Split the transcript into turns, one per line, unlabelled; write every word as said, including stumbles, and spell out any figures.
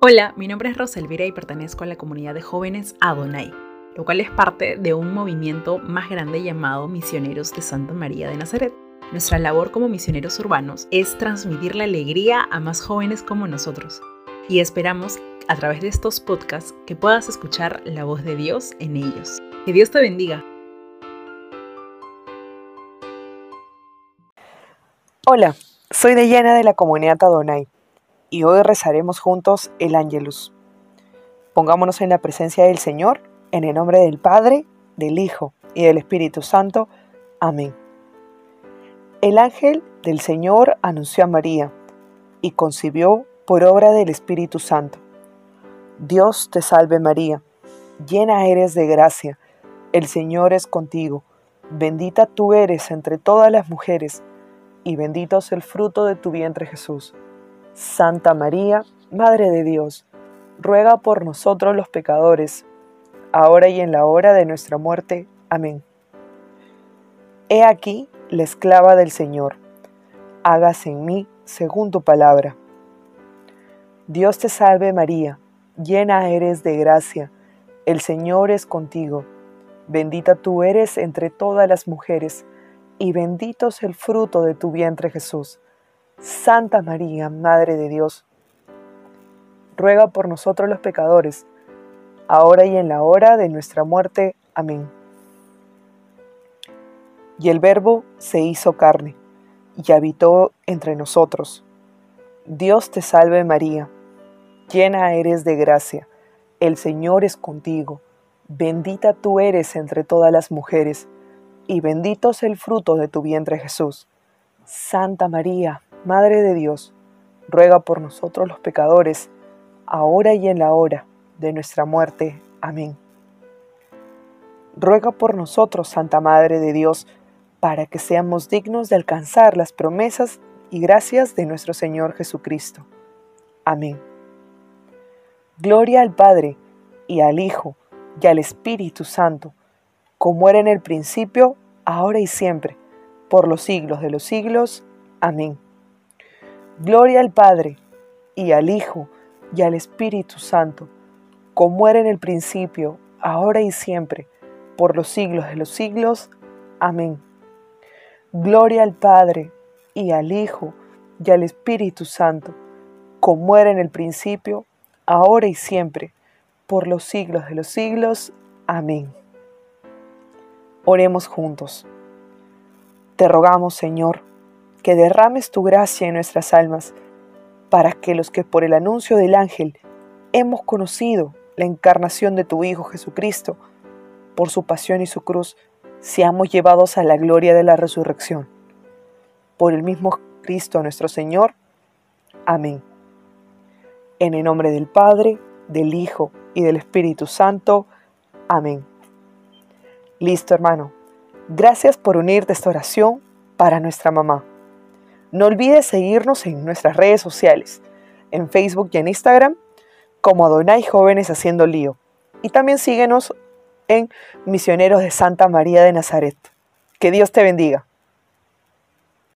Hola, mi nombre es Roselvira y pertenezco a la comunidad de jóvenes Adonai, lo cual es parte de un movimiento más grande llamado Misioneros de Santa María de Nazaret. Nuestra labor como misioneros urbanos es transmitir la alegría a más jóvenes como nosotros y esperamos a través de estos podcasts que puedas escuchar la voz de Dios en ellos. Que Dios te bendiga.
Hola, soy Dayana de la comunidad Adonai y hoy rezaremos juntos el Ángelus. Pongámonos en la presencia del Señor, en el nombre del Padre, del Hijo y del Espíritu Santo. Amén. El ángel del Señor anunció a María y concibió por obra del Espíritu Santo. Dios te salve María, llena eres de gracia, el Señor es contigo, bendita tú eres entre todas las mujeres, y bendito es el fruto de tu vientre Jesús. Santa María, Madre de Dios, ruega por nosotros los pecadores, ahora y en la hora de nuestra muerte. Amén. He aquí la esclava del Señor, hágase en mí según tu palabra. Dios te salve María, llena eres de gracia, el Señor es contigo, bendita tú eres entre todas las mujeres, y bendito es el fruto de tu vientre Jesús. Santa María, Madre de Dios, ruega por nosotros los pecadores, ahora y en la hora de nuestra muerte. Amén. Y el Verbo se hizo carne, y habitó entre nosotros. Dios te salve María, llena eres de gracia, el Señor es contigo, bendita tú eres entre todas las mujeres, y bendito es el fruto de tu vientre Jesús. Santa María, Madre de Dios, ruega por nosotros los pecadores, ahora y en la hora de nuestra muerte. Amén. Ruega por nosotros, Santa Madre de Dios, para que seamos dignos de alcanzar las promesas y gracias de nuestro Señor Jesucristo. Amén. Gloria al Padre, y al Hijo, y al Espíritu Santo, como era en el principio, ahora y siempre, por los siglos de los siglos. Amén. Gloria al Padre, y al Hijo, y al Espíritu Santo, como era en el principio, ahora y siempre, por los siglos de los siglos. Amén. Gloria al Padre, y al Hijo, y al Espíritu Santo, como era en el principio, ahora y siempre, por los siglos de los siglos. Amén. Oremos juntos. Te rogamos, Señor, que derrames tu gracia en nuestras almas, para que los que por el anuncio del ángel hemos conocido la encarnación de tu Hijo Jesucristo, por su pasión y su cruz, seamos llevados a la gloria de la resurrección. Por el mismo Cristo nuestro Señor. Amén. En el nombre del Padre, del Hijo y del Espíritu Santo. Amén. Listo, hermano. Gracias por unirte a esta oración para nuestra mamá. No olvides seguirnos en nuestras redes sociales, en Facebook y en Instagram, como Adonai Jóvenes Haciendo Lío. Y también síguenos en Misioneros de Santa María de Nazaret. Que Dios te bendiga.